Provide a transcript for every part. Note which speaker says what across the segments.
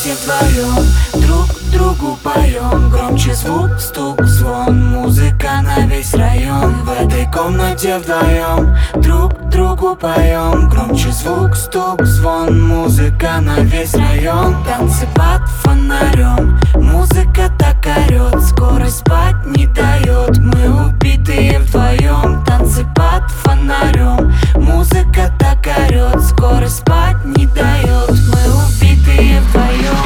Speaker 1: комнате вдвоем, друг другу поем. Громче звук, стук, звон, музыка на весь район. В этой комнате вдвоем, друг другу поем. Громче звук, стук, звон, музыка на весь район. Танцы под фонарем, музыка так орет, скорость спать не дает. Мы убитые вдвоем, танцы под фонарем, музыка так орет, скорость спать не дает. Мы убитые вдвоем.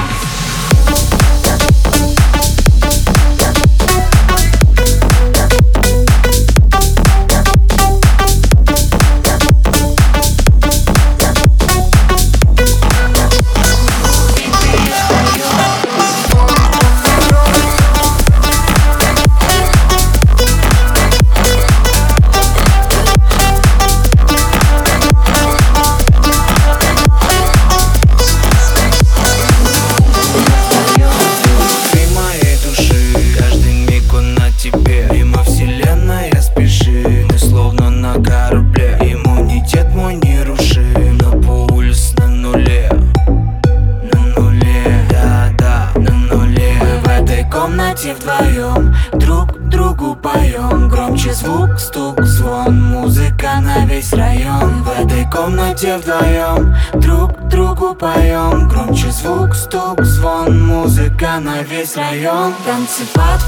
Speaker 1: Вдвоем, друг другу поем. Громче звук, стук, звон, музыка на весь район. В этой комнате вдвоем, друг другу поем. Громче звук, стук, звон, музыка на весь район. Танцы под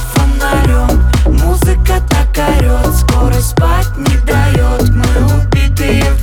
Speaker 1: фонарем, музыка так орет, скорость спать не дает. Мы убитые